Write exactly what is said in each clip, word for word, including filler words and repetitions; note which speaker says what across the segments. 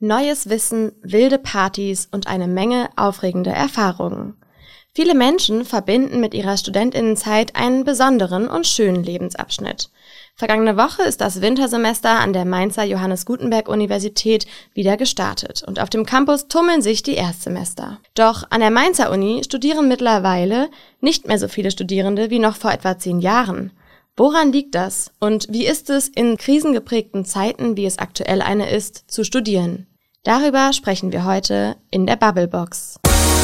Speaker 1: Neues Wissen, wilde Partys und eine Menge aufregende Erfahrungen. Viele Menschen verbinden mit ihrer Studentinnenzeit einen besonderen und schönen Lebensabschnitt. Vergangene Woche ist das Wintersemester an der Mainzer Johannes Gutenberg Universität wieder gestartet und auf dem Campus tummeln sich die Erstsemester. Doch an der Mainzer Uni studieren mittlerweile nicht mehr so viele Studierende wie noch vor etwa zehn Jahren. Woran liegt das und wie ist es in krisengeprägten Zeiten, wie es aktuell eine ist, zu studieren? Darüber sprechen wir heute in der Bubblebox.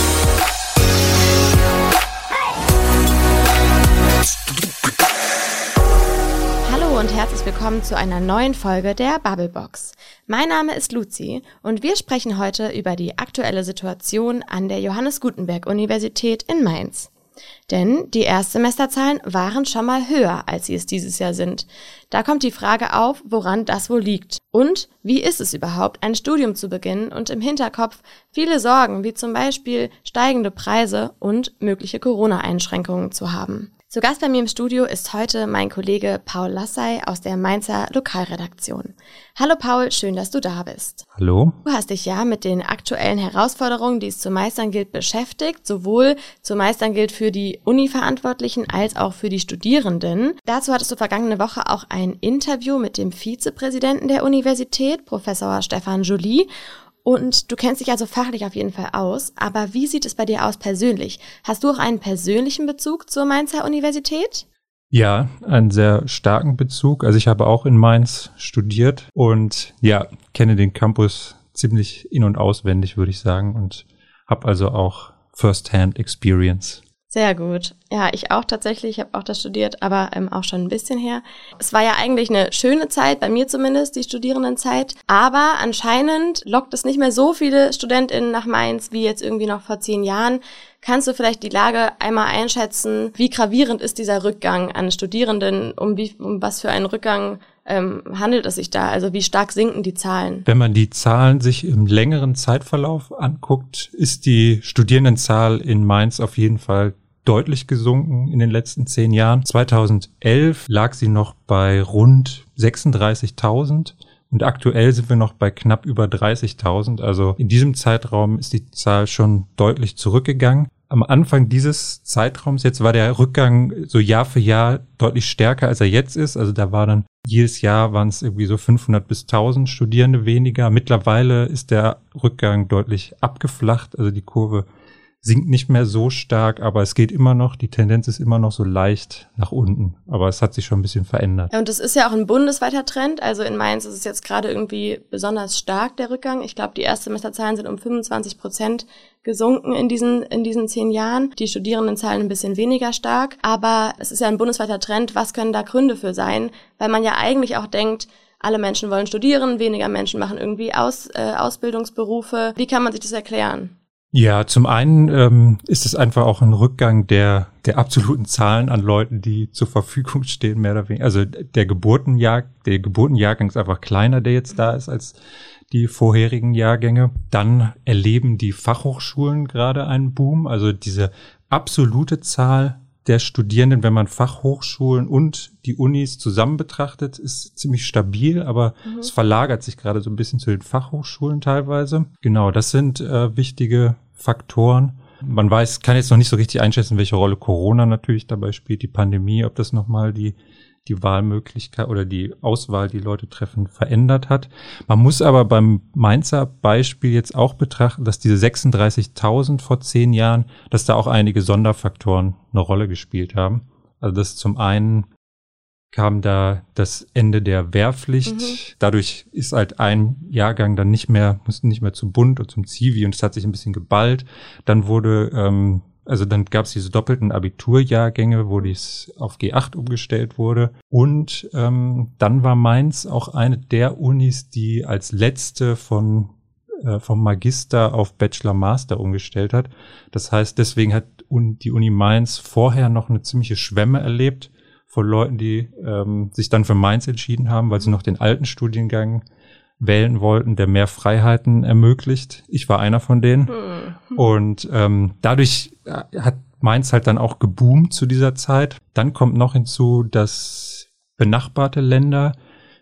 Speaker 1: Hallo und herzlich willkommen zu einer neuen Folge der Bubblebox. Mein Name ist Luzi und wir sprechen heute über die aktuelle Situation an der Johannes Gutenberg Universität in Mainz. Denn die Erstsemesterzahlen waren schon mal höher, als sie es dieses Jahr sind. Da kommt die Frage auf, woran das wohl liegt. Und wie ist es überhaupt, ein Studium zu beginnen und im Hinterkopf viele Sorgen, wie zum Beispiel steigende Preise und mögliche Corona-Einschränkungen zu haben. Zu Gast bei mir im Studio ist heute mein Kollege Paul Lassay aus der Mainzer Lokalredaktion. Hallo Paul, schön, dass du da bist.
Speaker 2: Hallo.
Speaker 1: Du hast dich ja mit den aktuellen Herausforderungen, die es zu meistern gilt, beschäftigt, sowohl zu meistern gilt für die Uni-Verantwortlichen als auch für die Studierenden. Dazu hattest du vergangene Woche auch ein Interview mit dem Vizepräsidenten der Universität, Professor Stefan Joly. Und du kennst dich also fachlich auf jeden Fall aus, aber wie sieht es bei dir aus persönlich? Hast du auch einen persönlichen Bezug zur Mainzer Universität?
Speaker 2: Ja, einen sehr starken Bezug. Also ich habe auch in Mainz studiert und ja, kenne den Campus ziemlich in- und auswendig, würde ich sagen, und habe also auch First-Hand Experience.
Speaker 1: Sehr gut. Ja, ich auch tatsächlich. Ich habe auch das studiert, aber ähm, auch schon ein bisschen her. Es war ja eigentlich eine schöne Zeit, bei mir zumindest, die Studierendenzeit. Aber anscheinend lockt es nicht mehr so viele StudentInnen nach Mainz wie jetzt irgendwie noch vor zehn Jahren. Kannst du vielleicht die Lage einmal einschätzen? Wie gravierend ist dieser Rückgang an Studierenden? Um, wie, um was für einen Rückgang ähm, handelt es sich da? Also wie stark sinken die Zahlen?
Speaker 2: Wenn man die Zahlen sich im längeren Zeitverlauf anguckt, ist die Studierendenzahl in Mainz auf jeden Fall deutlich gesunken in den letzten zehn Jahren. zweitausendelf lag sie noch bei rund sechsunddreißigtausend. Und aktuell sind wir noch bei knapp über dreißigtausend. Also in diesem Zeitraum ist die Zahl schon deutlich zurückgegangen. Am Anfang dieses Zeitraums jetzt war der Rückgang so Jahr für Jahr deutlich stärker, als er jetzt ist. Also da war dann jedes Jahr waren es irgendwie so fünfhundert bis tausend Studierende weniger. Mittlerweile ist der Rückgang deutlich abgeflacht. Also die Kurve sinkt nicht mehr so stark, aber es geht immer noch, die Tendenz ist immer noch so leicht nach unten, aber es hat sich schon ein bisschen verändert.
Speaker 1: Ja, und das ist ja auch ein bundesweiter Trend, also in Mainz ist es jetzt gerade irgendwie besonders stark, der Rückgang. Ich glaube, die Erstsemesterzahlen sind um fünfundzwanzig Prozent gesunken in diesen in diesen zehn Jahren. Die Studierendenzahlen ein bisschen weniger stark, aber es ist ja ein bundesweiter Trend. Was können da Gründe für sein? Weil man ja eigentlich auch denkt, alle Menschen wollen studieren, weniger Menschen machen irgendwie Aus, äh, Ausbildungsberufe. Wie kann man sich das erklären?
Speaker 2: Ja, zum einen ähm, ist es einfach auch ein Rückgang der der absoluten Zahlen an Leuten, die zur Verfügung stehen, mehr oder weniger. Also der Geburtenjahr, der Geburtenjahrgang ist einfach kleiner, der jetzt da ist, als die vorherigen Jahrgänge. Dann erleben die Fachhochschulen gerade einen Boom. Also diese absolute Zahl der Studierenden, wenn man Fachhochschulen und die Unis zusammen betrachtet, ist ziemlich stabil, aber mhm. es verlagert sich gerade so ein bisschen zu den Fachhochschulen teilweise. Genau, das sind äh, wichtige Faktoren. Man weiß, kann jetzt noch nicht so richtig einschätzen, welche Rolle Corona natürlich dabei spielt, die Pandemie, ob das nochmal die die Wahlmöglichkeit oder die Auswahl, die Leute treffen, verändert hat. Man muss aber beim Mainzer Beispiel jetzt auch betrachten, dass diese sechsunddreißigtausend vor zehn Jahren, dass da auch einige Sonderfaktoren eine Rolle gespielt haben. Also das zum einen kam da das Ende der Wehrpflicht. Mhm. Dadurch ist halt ein Jahrgang dann nicht mehr, musste nicht mehr zum Bund und zum Zivi und es hat sich ein bisschen geballt. Dann wurde ähm, Also dann gab es diese doppelten Abiturjahrgänge, wo dies auf G acht umgestellt wurde. Und ähm, dann war Mainz auch eine der Unis, die als letzte von äh, vom Magister auf Bachelor-Master umgestellt hat. Das heißt, deswegen hat un- die Uni Mainz vorher noch eine ziemliche Schwemme erlebt von Leuten, die ähm, sich dann für Mainz entschieden haben, weil sie noch den alten Studiengang wählen wollten, der mehr Freiheiten ermöglicht. Ich war einer von denen. Mhm. Und ähm, dadurch hat Mainz halt dann auch geboomt zu dieser Zeit. Dann kommt noch hinzu, dass benachbarte Länder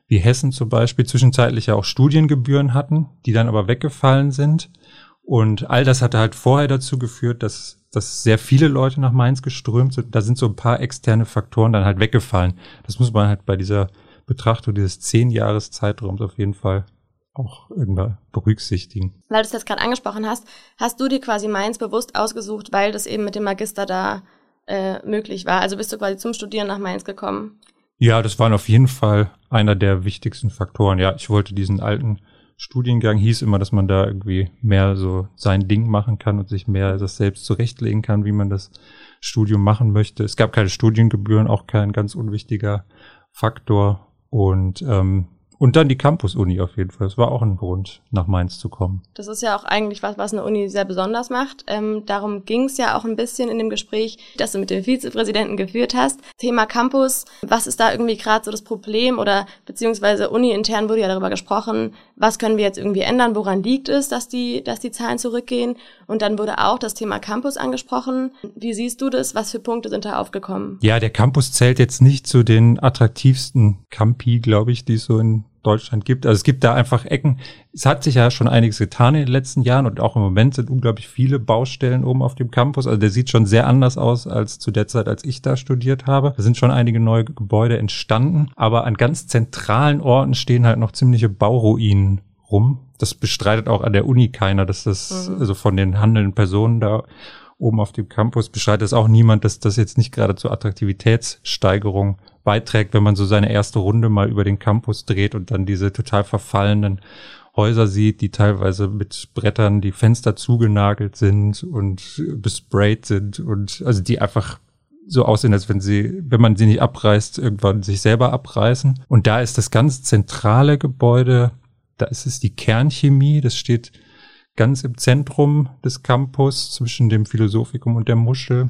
Speaker 2: wie Hessen zum Beispiel zwischenzeitlich ja auch Studiengebühren hatten, die dann aber weggefallen sind. Und all das hatte halt vorher dazu geführt, dass, dass sehr viele Leute nach Mainz geströmt sind. Da sind so ein paar externe Faktoren dann halt weggefallen. Das muss man halt bei dieser Betrachtung dieses zehn Jahres Zeitraums auf jeden Fall auch irgendwann berücksichtigen.
Speaker 1: Weil du es jetzt gerade angesprochen hast, hast du dir quasi Mainz bewusst ausgesucht, weil das eben mit dem Magister da äh, möglich war? Also bist du quasi zum Studieren nach Mainz gekommen?
Speaker 2: Ja, das waren auf jeden Fall einer der wichtigsten Faktoren. Ja, ich wollte diesen alten Studiengang, hieß immer, dass man da irgendwie mehr so sein Ding machen kann und sich mehr das selbst zurechtlegen kann, wie man das Studium machen möchte. Es gab keine Studiengebühren, auch kein ganz unwichtiger Faktor. Und ähm, und dann die Campus-Uni auf jeden Fall. Das war auch ein Grund, nach Mainz zu kommen.
Speaker 1: Das ist ja auch eigentlich was, was eine Uni sehr besonders macht. Ähm, darum ging es ja auch ein bisschen in dem Gespräch, das du mit dem Vizepräsidenten geführt hast. Thema Campus, was ist da irgendwie gerade so das Problem oder beziehungsweise uni-intern wurde ja darüber gesprochen, was können wir jetzt irgendwie ändern, woran liegt es, dass die, dass die Zahlen zurückgehen? Und dann wurde auch das Thema Campus angesprochen. Wie siehst du das? Was für Punkte sind da aufgekommen?
Speaker 2: Ja, der Campus zählt jetzt nicht zu den attraktivsten Campi, glaube ich, die es so in Deutschland gibt. Also es gibt da einfach Ecken. Es hat sich ja schon einiges getan in den letzten Jahren und auch im Moment sind unglaublich viele Baustellen oben auf dem Campus. Also der sieht schon sehr anders aus als zu der Zeit, als ich da studiert habe. Da sind schon einige neue Gebäude entstanden, aber an ganz zentralen Orten stehen halt noch ziemliche Bauruinen rum. Das bestreitet auch an der Uni keiner, dass das, mhm. also von den handelnden Personen da oben auf dem Campus bestreitet es auch niemand, dass das jetzt nicht gerade zur Attraktivitätssteigerung beiträgt, wenn man so seine erste Runde mal über den Campus dreht und dann diese total verfallenen Häuser sieht, die teilweise mit Brettern die Fenster zugenagelt sind und besprayt sind und also die einfach so aussehen, als wenn sie, wenn man sie nicht abreißt, irgendwann sich selber abreißen. Und da ist das ganz zentrale Gebäude, da ist es die Kernchemie, das steht ganz im Zentrum des Campus zwischen dem Philosophikum und der Muschel.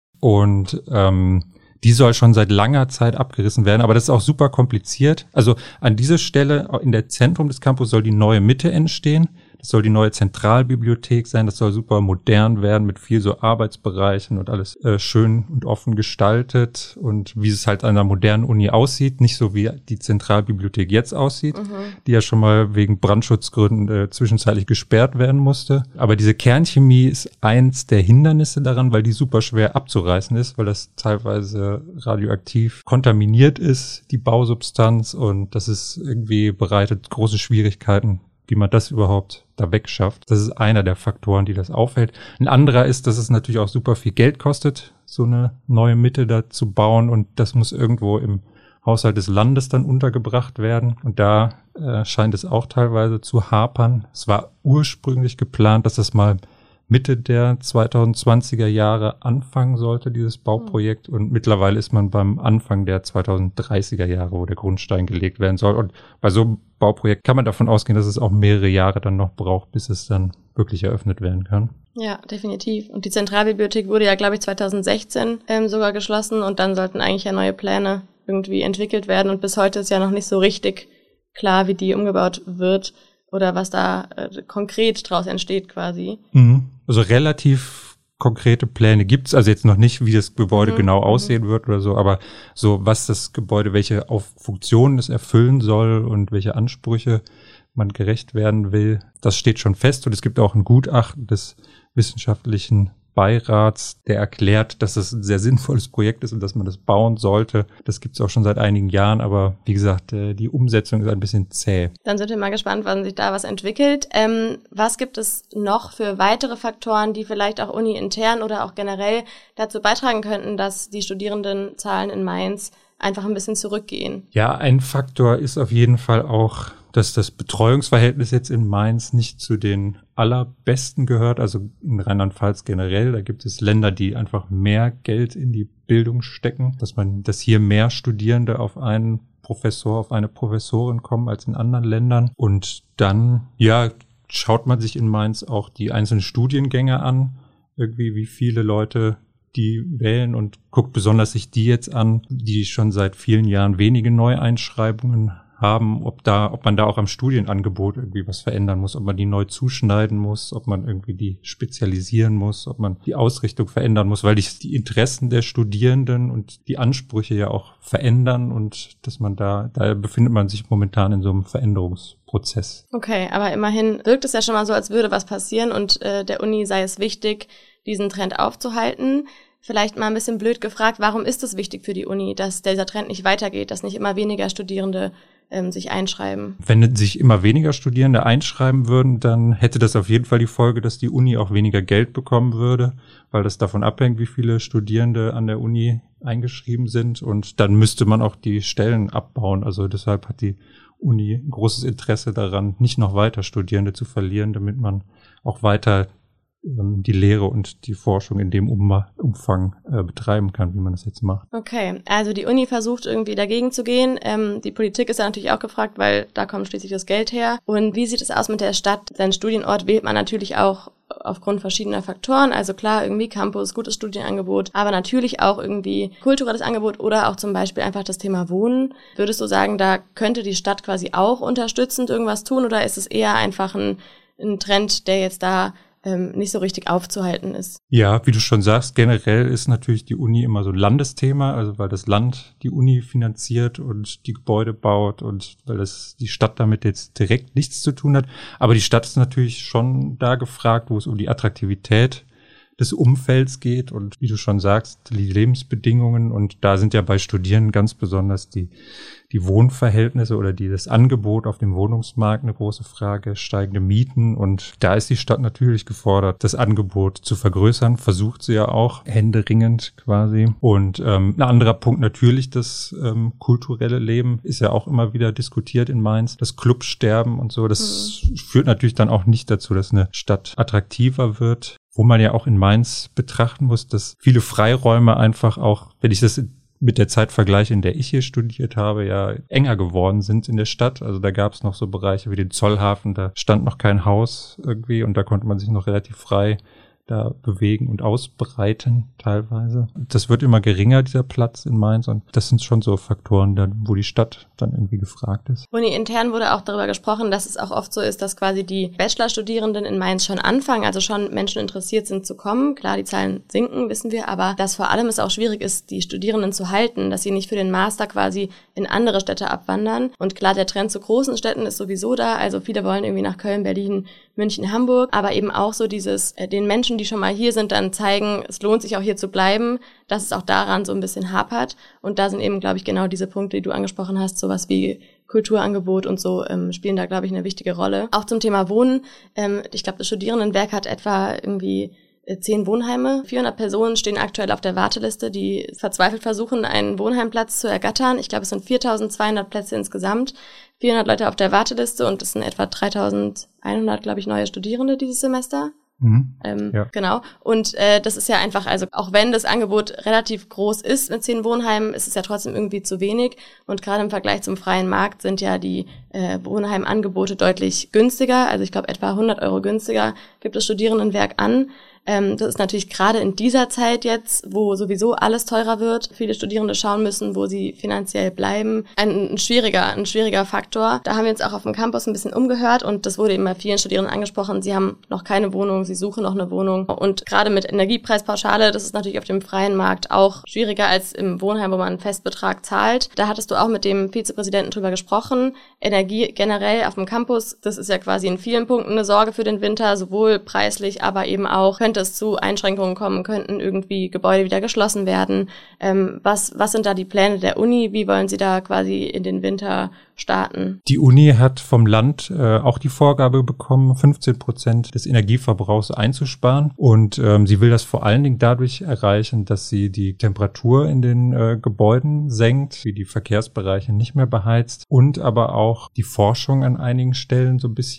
Speaker 2: Und ähm, die soll schon seit langer Zeit abgerissen werden, aber das ist auch super kompliziert. Also an dieser Stelle, in der Zentrum des Campus, soll die neue Mitte entstehen. Das soll die neue Zentralbibliothek sein. Das soll super modern werden mit viel so Arbeitsbereichen und alles äh, schön und offen gestaltet und wie es halt an einer modernen Uni aussieht. Nicht so wie die Zentralbibliothek jetzt aussieht, mhm. die ja schon mal wegen Brandschutzgründen äh, zwischenzeitlich gesperrt werden musste. Aber diese Kernchemie ist eins der Hindernisse daran, weil die super schwer abzureißen ist, weil das teilweise radioaktiv kontaminiert ist, die Bausubstanz. Und das ist irgendwie bereitet große Schwierigkeiten, wie man das überhaupt da wegschafft. Das ist einer der Faktoren, die das aufhält. Ein anderer ist, dass es natürlich auch super viel Geld kostet, so eine neue Mitte da zu bauen und das muss irgendwo im Haushalt des Landes dann untergebracht werden und da äh, scheint es auch teilweise zu hapern. Es war ursprünglich geplant, dass das mal Mitte der zweitausendzwanziger Jahre anfangen sollte, dieses Bauprojekt. Und mittlerweile ist man beim Anfang der zweitausenddreißiger Jahre, wo der Grundstein gelegt werden soll. Und bei so einem Bauprojekt kann man davon ausgehen, dass es auch mehrere Jahre dann noch braucht, bis es dann wirklich eröffnet werden kann.
Speaker 1: Ja, definitiv. Und die Zentralbibliothek wurde ja, glaube ich, zweitausendsechzehn ähm, sogar geschlossen. Und dann sollten eigentlich ja neue Pläne irgendwie entwickelt werden. Und bis heute ist ja noch nicht so richtig klar, wie die umgebaut wird. Oder was da äh, konkret draus entsteht quasi.
Speaker 2: Mhm. Also relativ konkrete Pläne gibt's, also jetzt noch nicht, wie das Gebäude mhm. genau aussehen mhm. wird oder so, aber so was das Gebäude, welche auf Funktionen es erfüllen soll und welche Ansprüche man gerecht werden will, das steht schon fest. Und es gibt auch ein Gutachten des wissenschaftlichen Beirats, der erklärt, dass es ein sehr sinnvolles Projekt ist und dass man das bauen sollte. Das gibt es auch schon seit einigen Jahren, aber wie gesagt, die Umsetzung ist ein bisschen zäh.
Speaker 1: Dann sind wir mal gespannt, wann sich da was entwickelt. Ähm, was gibt es noch für weitere Faktoren, die vielleicht auch uni-intern oder auch generell dazu beitragen könnten, dass die Studierendenzahlen in Mainz einfach ein bisschen zurückgehen?
Speaker 2: Ja, ein Faktor ist auf jeden Fall auch, dass das Betreuungsverhältnis jetzt in Mainz nicht zu den allerbesten gehört, also in Rheinland-Pfalz generell. Da gibt es Länder, die einfach mehr Geld in die Bildung stecken, dass man, dass hier mehr Studierende auf einen Professor, auf eine Professorin kommen als in anderen Ländern. Und dann, ja, schaut man sich in Mainz auch die einzelnen Studiengänge an, irgendwie wie viele Leute die wählen und guckt besonders sich die jetzt an, die schon seit vielen Jahren wenige Neueinschreibungen haben, ob da, ob man da auch am Studienangebot irgendwie was verändern muss, ob man die neu zuschneiden muss, ob man irgendwie die spezialisieren muss, ob man die Ausrichtung verändern muss, weil die, die Interessen der Studierenden und die Ansprüche ja auch verändern und dass man da, da befindet man sich momentan in so einem Veränderungsprozess.
Speaker 1: Okay, aber immerhin wirkt es ja schon mal so, als würde was passieren und äh, der Uni sei es wichtig, diesen Trend aufzuhalten. Vielleicht mal ein bisschen blöd gefragt, warum ist es wichtig für die Uni, dass dieser Trend nicht weitergeht, dass nicht immer weniger Studierende ähm, sich einschreiben?
Speaker 2: Wenn sich immer weniger Studierende einschreiben würden, dann hätte das auf jeden Fall die Folge, dass die Uni auch weniger Geld bekommen würde, weil das davon abhängt, wie viele Studierende an der Uni eingeschrieben sind. Und dann müsste man auch die Stellen abbauen. Also deshalb hat die Uni ein großes Interesse daran, nicht noch weiter Studierende zu verlieren, damit man auch weiter die Lehre und die Forschung in dem Umfang äh, betreiben kann, wie man das jetzt macht.
Speaker 1: Okay, also die Uni versucht irgendwie dagegen zu gehen. Ähm, die Politik ist ja natürlich auch gefragt, weil da kommt schließlich das Geld her. Und wie sieht es aus mit der Stadt? Seinen Studienort wählt man natürlich auch aufgrund verschiedener Faktoren. Also klar, irgendwie Campus, gutes Studienangebot, aber natürlich auch irgendwie kulturelles Angebot oder auch zum Beispiel einfach das Thema Wohnen. Würdest du sagen, da könnte die Stadt quasi auch unterstützend irgendwas tun oder ist es eher einfach ein, ein Trend, der jetzt da nicht so richtig aufzuhalten ist?
Speaker 2: Ja, wie du schon sagst, generell ist natürlich die Uni immer so ein Landesthema, also weil das Land die Uni finanziert und die Gebäude baut und weil das die Stadt damit jetzt direkt nichts zu tun hat. Aber die Stadt ist natürlich schon da gefragt, wo es um die Attraktivität des Umfelds geht und wie du schon sagst, die Lebensbedingungen und da sind ja bei Studierenden ganz besonders die die Wohnverhältnisse oder die das Angebot auf dem Wohnungsmarkt eine große Frage, steigende Mieten und da ist die Stadt natürlich gefordert, das Angebot zu vergrößern, versucht sie ja auch händeringend quasi und ähm, ein anderer Punkt natürlich das ähm, kulturelle Leben ist ja auch immer wieder diskutiert in Mainz, das Clubsterben und so, das mhm. führt natürlich dann auch nicht dazu, dass eine Stadt attraktiver wird. Wo man ja auch in Mainz betrachten muss, dass viele Freiräume einfach auch, wenn ich das mit der Zeit vergleiche, in der ich hier studiert habe, ja enger geworden sind in der Stadt. Also da gab es noch so Bereiche wie den Zollhafen, da stand noch kein Haus irgendwie und da konnte man sich noch relativ frei da bewegen und ausbreiten teilweise. Das wird immer geringer, dieser Platz in Mainz und das sind schon so Faktoren, dann, wo die Stadt dann irgendwie gefragt ist.
Speaker 1: Uni intern wurde auch darüber gesprochen, dass es auch oft so ist, dass quasi die Bachelorstudierenden in Mainz schon anfangen, also schon Menschen interessiert sind zu kommen. Klar, die Zahlen sinken, wissen wir, aber dass vor allem es auch schwierig ist, die Studierenden zu halten, dass sie nicht für den Master quasi in andere Städte abwandern. Und klar, der Trend zu großen Städten ist sowieso da, also viele wollen irgendwie nach Köln, Berlin, München, Hamburg, aber eben auch so dieses, äh, den Menschen, die schon mal hier sind, dann zeigen, es lohnt sich auch hier zu bleiben, dass es auch daran so ein bisschen hapert. Und da sind eben, glaube ich, genau diese Punkte, die du angesprochen hast, sowas wie Kulturangebot und so ähm, spielen da, glaube ich, eine wichtige Rolle. Auch zum Thema Wohnen. Ähm, ich glaube, das Studierendenwerk hat etwa irgendwie zehn Wohnheime. vierhundert Personen stehen aktuell auf der Warteliste, die verzweifelt versuchen, einen Wohnheimplatz zu ergattern. Ich glaube, es sind viertausendzweihundert Plätze insgesamt, vierhundert Leute auf der Warteliste und es sind etwa dreitausendeinhundert, glaube ich, neue Studierende dieses Semester. Mhm, ähm, ja. Genau. Und äh, das ist ja einfach, also auch wenn das Angebot relativ groß ist mit zehn Wohnheimen, ist es ja trotzdem irgendwie zu wenig. Und gerade im Vergleich zum freien Markt sind ja die äh, Wohnheimangebote deutlich günstiger. Also ich glaube etwa hundert Euro günstiger gibt das Studierendenwerk an. Ähm, das ist natürlich gerade in dieser Zeit jetzt, wo sowieso alles teurer wird, viele Studierende schauen müssen, wo sie finanziell bleiben, ein, ein schwieriger, ein schwieriger Faktor. Da haben wir uns auch auf dem Campus ein bisschen umgehört und das wurde eben bei vielen Studierenden angesprochen. Sie haben noch keine Wohnung, sie suchen noch eine Wohnung und gerade mit Energiepreispauschale, das ist natürlich auf dem freien Markt auch schwieriger als im Wohnheim, wo man einen Festbetrag zahlt. Da hattest du auch mit dem Vizepräsidenten drüber gesprochen. Energie generell auf dem Campus, das ist ja quasi in vielen Punkten eine Sorge für den Winter, sowohl preislich, aber eben auch könnte es zu Einschränkungen kommen, könnten irgendwie Gebäude wieder geschlossen werden. Ähm, was, was sind da die Pläne der Uni? Wie wollen Sie da quasi in den Winter starten?
Speaker 2: Die Uni hat vom Land äh, auch die Vorgabe bekommen, fünfzehn Prozent des Energieverbrauchs einzusparen. Und ähm, sie will das vor allen Dingen dadurch erreichen, dass sie die Temperatur in den äh, Gebäuden senkt, wie die Verkehrsbereiche nicht mehr beheizt und aber auch die Forschung an einigen Stellen so ein bisschen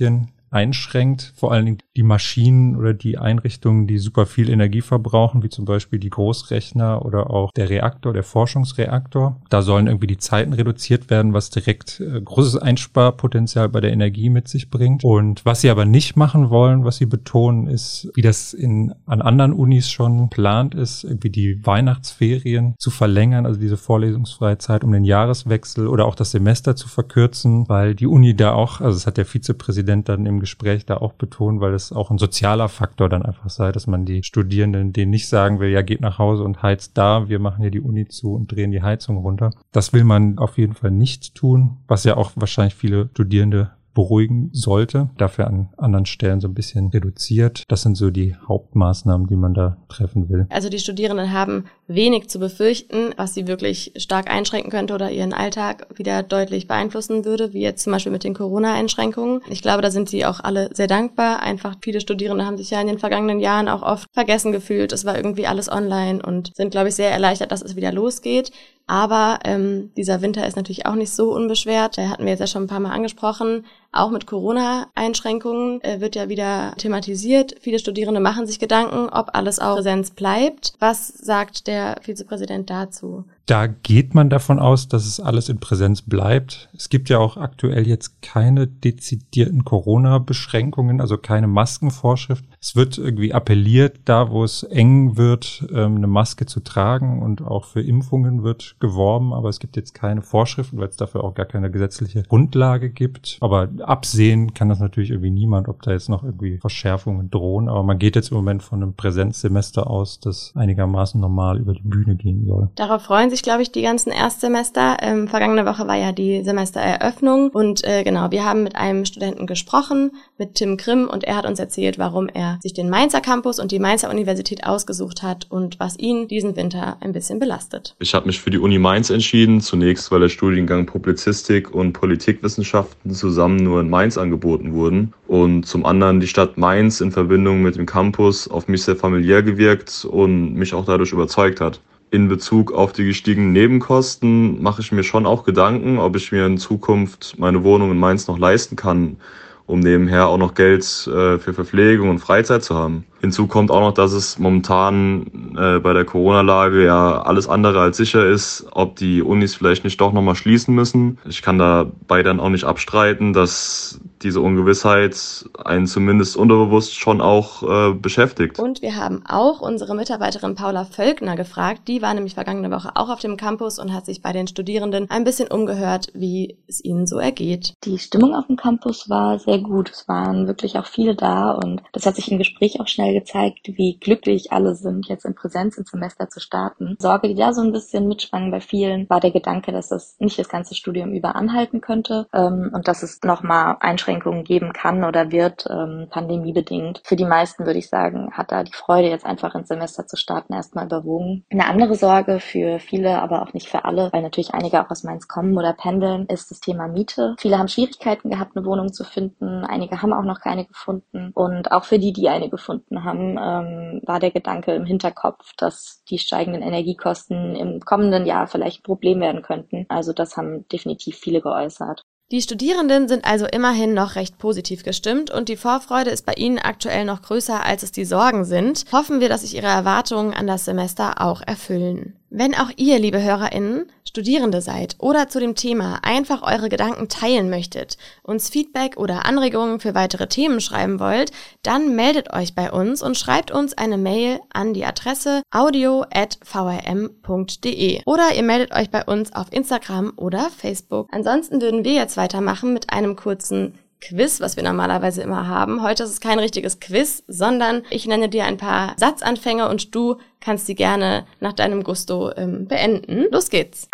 Speaker 2: einschränkt. Vor allen Dingen die Maschinen oder die Einrichtungen, die super viel Energie verbrauchen, wie zum Beispiel die Großrechner oder auch der Reaktor, der Forschungsreaktor. Da sollen irgendwie die Zeiten reduziert werden, was direkt äh, großes Einsparpotenzial bei der Energie mit sich bringt. Und was sie aber nicht machen wollen, was sie betonen, ist, wie das in an anderen Unis schon geplant ist, irgendwie die Weihnachtsferien zu verlängern, also diese vorlesungsfreie Zeit um den Jahreswechsel oder auch das Semester zu verkürzen, weil die Uni da auch, also das hat der Vizepräsident dann im Gespräch da auch betont, weil es auch ein sozialer Faktor dann einfach sei, dass man die Studierenden denen nicht sagen will, ja, geht nach Hause und heizt da, wir machen hier die Uni zu und drehen die Heizung runter. Das will man auf jeden Fall nicht tun, was ja auch wahrscheinlich viele Studierende beruhigen sollte, dafür an anderen Stellen so ein bisschen reduziert. Das sind so die Hauptmaßnahmen, die man da treffen will.
Speaker 1: Also die Studierenden haben wenig zu befürchten, was sie wirklich stark einschränken könnte oder ihren Alltag wieder deutlich beeinflussen würde, wie jetzt zum Beispiel mit den Corona-Einschränkungen. Ich glaube, da sind sie auch alle sehr dankbar. Einfach viele Studierende haben sich ja in den vergangenen Jahren auch oft vergessen gefühlt. Es war irgendwie alles online und sind, glaube ich, sehr erleichtert, dass es wieder losgeht. Aber ähm, dieser Winter ist natürlich auch nicht so unbeschwert. Da hatten wir jetzt ja schon ein paar Mal angesprochen. Auch mit Corona-Einschränkungen äh, wird ja wieder thematisiert. Viele Studierende machen sich Gedanken, ob alles auch Präsenz bleibt. Was sagt der Vizepräsident dazu?
Speaker 2: Da geht man davon aus, dass es alles in Präsenz bleibt. Es gibt ja auch aktuell jetzt keine dezidierten Corona-Beschränkungen, also keine Maskenvorschrift. Es wird irgendwie appelliert, da wo es eng wird, eine Maske zu tragen, und auch für Impfungen wird geworben, aber es gibt jetzt keine Vorschriften, weil es dafür auch gar keine gesetzliche Grundlage gibt. Aber absehen kann das natürlich irgendwie niemand, ob da jetzt noch irgendwie Verschärfungen drohen. Aber man geht jetzt im Moment von einem Präsenzsemester aus, das einigermaßen normal über die Bühne gehen soll.
Speaker 1: Darauf freuen sich, glaube ich, die ganzen Erstsemester. Ähm, vergangene Woche war ja die Semestereröffnung und äh, genau, wir haben mit einem Studenten gesprochen, mit Tim Grimm, und er hat uns erzählt, warum er sich den Mainzer Campus und die Mainzer Universität ausgesucht hat und was ihn diesen Winter ein bisschen belastet.
Speaker 3: Ich habe mich für die Uni Mainz entschieden, zunächst weil der Studiengang Publizistik und Politikwissenschaften zusammen nur in Mainz angeboten wurden und zum anderen die Stadt Mainz in Verbindung mit dem Campus auf mich sehr familiär gewirkt und mich auch dadurch überzeugt hat. In Bezug auf die gestiegenen Nebenkosten mache ich mir schon auch Gedanken, ob ich mir in Zukunft meine Wohnung in Mainz noch leisten kann, um nebenher auch noch Geld äh, für Verpflegung und Freizeit zu haben. Hinzu kommt auch noch, dass es momentan äh, bei der Corona-Lage ja alles andere als sicher ist, ob die Unis vielleicht nicht doch nochmal schließen müssen. Ich kann dabei dann auch nicht abstreiten, dass diese Ungewissheit einen zumindest unterbewusst schon auch äh, beschäftigt.
Speaker 1: Und wir haben auch unsere Mitarbeiterin Paula Völkner gefragt. Die war nämlich vergangene Woche auch auf dem Campus und hat sich bei den Studierenden ein bisschen umgehört, wie es ihnen so ergeht.
Speaker 4: Die Stimmung auf dem Campus war sehr gut. Es waren wirklich auch viele da und das hat sich im Gespräch auch schnell gezeigt, wie glücklich alle sind, jetzt in Präsenz ins Semester zu starten. Sorge, die da so ein bisschen mitschwang bei vielen, war der Gedanke, dass das nicht das ganze Studium über anhalten könnte ähm, und dass es nochmal Einschränkungen geben kann oder wird, ähm, pandemiebedingt. Für die meisten, würde ich sagen, hat da die Freude, jetzt einfach ins Semester zu starten, erstmal überwogen. Eine andere Sorge für viele, aber auch nicht für alle, weil natürlich einige auch aus Mainz kommen oder pendeln, ist das Thema Miete. Viele haben Schwierigkeiten gehabt, eine Wohnung zu finden. Einige haben auch noch keine gefunden. Und auch für die, die eine gefunden haben, ähm, war der Gedanke im Hinterkopf, dass die steigenden Energiekosten im kommenden Jahr vielleicht ein Problem werden könnten. Also das haben definitiv viele geäußert.
Speaker 1: Die Studierenden sind also immerhin noch recht positiv gestimmt und die Vorfreude ist bei ihnen aktuell noch größer, als es die Sorgen sind. Hoffen wir, dass sich ihre Erwartungen an das Semester auch erfüllen. Wenn auch ihr, liebe HörerInnen, Studierende seid oder zu dem Thema einfach eure Gedanken teilen möchtet, uns Feedback oder Anregungen für weitere Themen schreiben wollt, dann meldet euch bei uns und schreibt uns eine Mail an die Adresse audio at v r m punkt d e oder ihr meldet euch bei uns auf Instagram oder Facebook. Ansonsten würden wir jetzt weitermachen mit einem kurzen Quiz, was wir normalerweise immer haben. Heute ist es kein richtiges Quiz, sondern ich nenne dir ein paar Satzanfänge und du kannst sie gerne nach deinem Gusto ähm, beenden. Los geht's!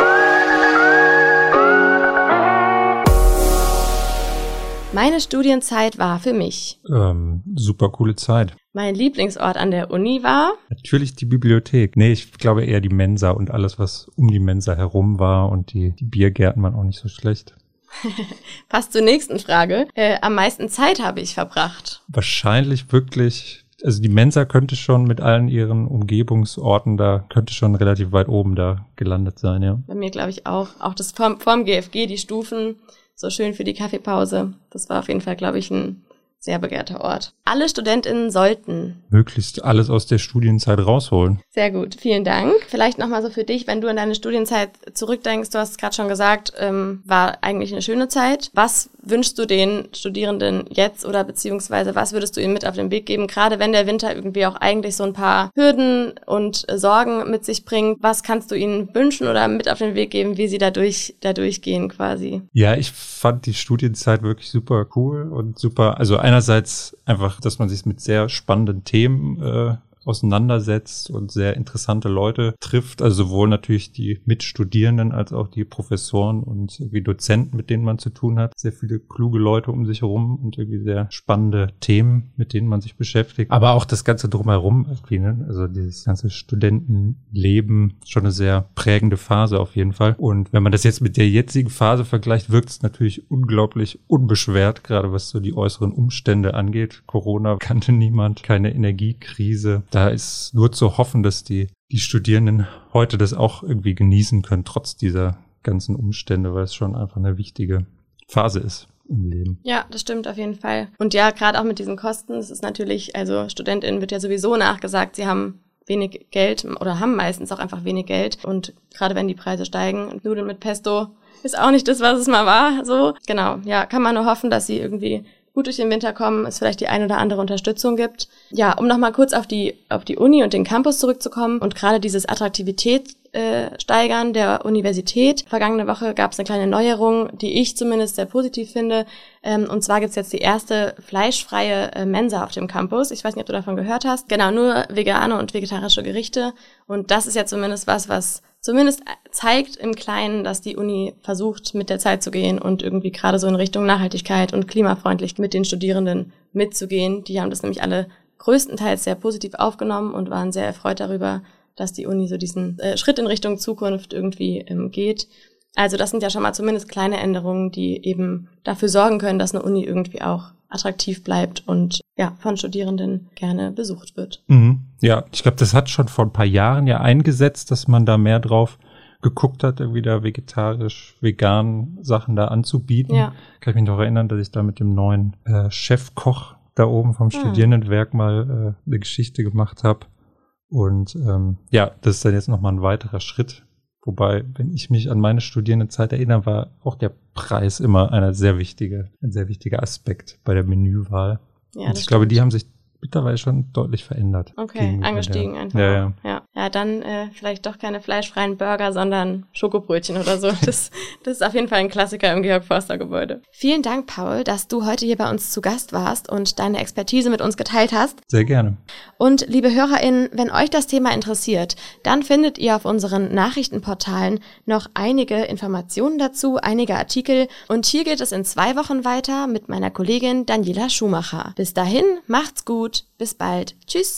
Speaker 1: Meine Studienzeit war für mich
Speaker 2: Ähm, super coole Zeit.
Speaker 1: Mein Lieblingsort an der Uni war
Speaker 2: Natürlich die Bibliothek. Nee, ich glaube eher die Mensa und alles, was um die Mensa herum war, und die, die Biergärten waren auch nicht so schlecht.
Speaker 1: Passt zur nächsten Frage. Äh, am meisten Zeit habe ich verbracht.
Speaker 2: Wahrscheinlich wirklich, also die Mensa könnte schon mit allen ihren Umgebungsorten da, könnte schon relativ weit oben da gelandet sein, ja.
Speaker 1: Bei mir glaube ich auch. Auch das vorm, vorm G F G, die Stufen, so schön für die Kaffeepause. Das war auf jeden Fall, glaube ich, ein sehr begehrter Ort. Alle StudentInnen sollten
Speaker 2: möglichst alles aus der Studienzeit rausholen.
Speaker 1: Sehr gut, vielen Dank. Vielleicht nochmal so für dich, wenn du an deine Studienzeit zurückdenkst, du hast es gerade schon gesagt, ähm, war eigentlich eine schöne Zeit. Was wünschst du den Studierenden jetzt oder beziehungsweise was würdest du ihnen mit auf den Weg geben, gerade wenn der Winter irgendwie auch eigentlich so ein paar Hürden und äh, Sorgen mit sich bringt? Was kannst du ihnen wünschen oder mit auf den Weg geben, wie sie da, durch, da durchgehen quasi?
Speaker 2: Ja, ich fand die Studienzeit wirklich super cool und super, also einerseits einfach, dass man sich mit sehr spannenden Themen äh, auseinandersetzt und sehr interessante Leute trifft, also sowohl natürlich die Mitstudierenden als auch die Professoren und irgendwie Dozenten, mit denen man zu tun hat. Sehr viele kluge Leute um sich herum und irgendwie sehr spannende Themen, mit denen man sich beschäftigt. Aber auch das Ganze drumherum irgendwie, ne? Also dieses ganze Studentenleben, schon eine sehr prägende Phase auf jeden Fall. Und wenn man das jetzt mit der jetzigen Phase vergleicht, wirkt es natürlich unglaublich unbeschwert, gerade was so die äußeren Umstände angeht. Corona kannte niemand, keine Energiekrise. Da ist nur zu hoffen, dass die, die Studierenden heute das auch irgendwie genießen können, trotz dieser ganzen Umstände, weil es schon einfach eine wichtige Phase ist im Leben.
Speaker 1: Ja, das stimmt auf jeden Fall. Und ja, gerade auch mit diesen Kosten, es ist natürlich, also StudentInnen wird ja sowieso nachgesagt, sie haben wenig Geld oder haben meistens auch einfach wenig Geld. Und gerade wenn die Preise steigen, Nudeln mit Pesto ist auch nicht das, was es mal war. So, genau, ja, kann man nur hoffen, dass sie irgendwie gut durch den Winter kommen, es vielleicht die ein oder andere Unterstützung gibt. Ja, um nochmal kurz auf die auf die Uni und den Campus zurückzukommen und gerade dieses Attraktivität äh, steigern der Universität. Vergangene Woche gab es eine kleine Neuerung, die ich zumindest sehr positiv finde. Ähm, und zwar gibt's jetzt die erste fleischfreie äh, Mensa auf dem Campus. Ich weiß nicht, ob du davon gehört hast. Genau, nur vegane und vegetarische Gerichte. Und das ist ja zumindest was, was zumindest zeigt im Kleinen, dass die Uni versucht, mit der Zeit zu gehen und irgendwie gerade so in Richtung Nachhaltigkeit und klimafreundlich mit den Studierenden mitzugehen. Die haben das nämlich alle größtenteils sehr positiv aufgenommen und waren sehr erfreut darüber, dass die Uni so diesen äh, Schritt in Richtung Zukunft irgendwie ähm, geht. Also das sind ja schon mal zumindest kleine Änderungen, die eben dafür sorgen können, dass eine Uni irgendwie auch attraktiv bleibt und ja von Studierenden gerne besucht wird.
Speaker 2: Mhm. Ja, ich glaube, das hat schon vor ein paar Jahren ja eingesetzt, dass man da mehr drauf geguckt hat, irgendwie da vegetarisch, vegan Sachen da anzubieten. Ja. Kann ich mich noch erinnern, dass ich da mit dem neuen äh, Chefkoch da oben vom hm. Studierendenwerk mal äh, eine Geschichte gemacht habe. Und ähm, ja, das ist dann jetzt nochmal ein weiterer Schritt. Wobei, wenn ich mich an meine Studierendenzeit erinnere, war auch der Preis immer eine sehr wichtige, ein sehr wichtiger Aspekt bei der Menüwahl. Ja, und ich glaube, die haben sich mittlerweile schon deutlich verändert.
Speaker 1: Okay, angestiegen der, einfach.
Speaker 2: Ja, ja.
Speaker 1: ja. ja dann äh, vielleicht doch keine fleischfreien Burger, sondern Schokobrötchen oder so. Das, das ist auf jeden Fall ein Klassiker im Georg-Forster-Gebäude. Vielen Dank, Paul, dass du heute hier bei uns zu Gast warst und deine Expertise mit uns geteilt hast.
Speaker 2: Sehr gerne.
Speaker 1: Und liebe HörerInnen, wenn euch das Thema interessiert, dann findet ihr auf unseren Nachrichtenportalen noch einige Informationen dazu, einige Artikel. Und hier geht es in zwei Wochen weiter mit meiner Kollegin Daniela Schumacher. Bis dahin, macht's gut. Bis bald. Tschüss.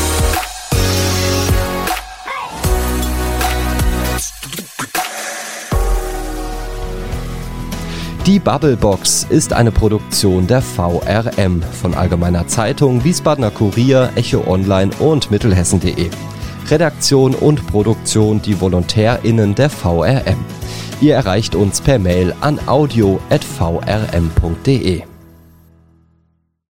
Speaker 5: Die Bubblebox ist eine Produktion der V R M von Allgemeiner Zeitung, Wiesbadener Kurier, Echo Online und Mittelhessen punkt de. Redaktion und Produktion die VolontärInnen der V R M. Ihr erreicht uns per Mail an audio at v r m punkt de.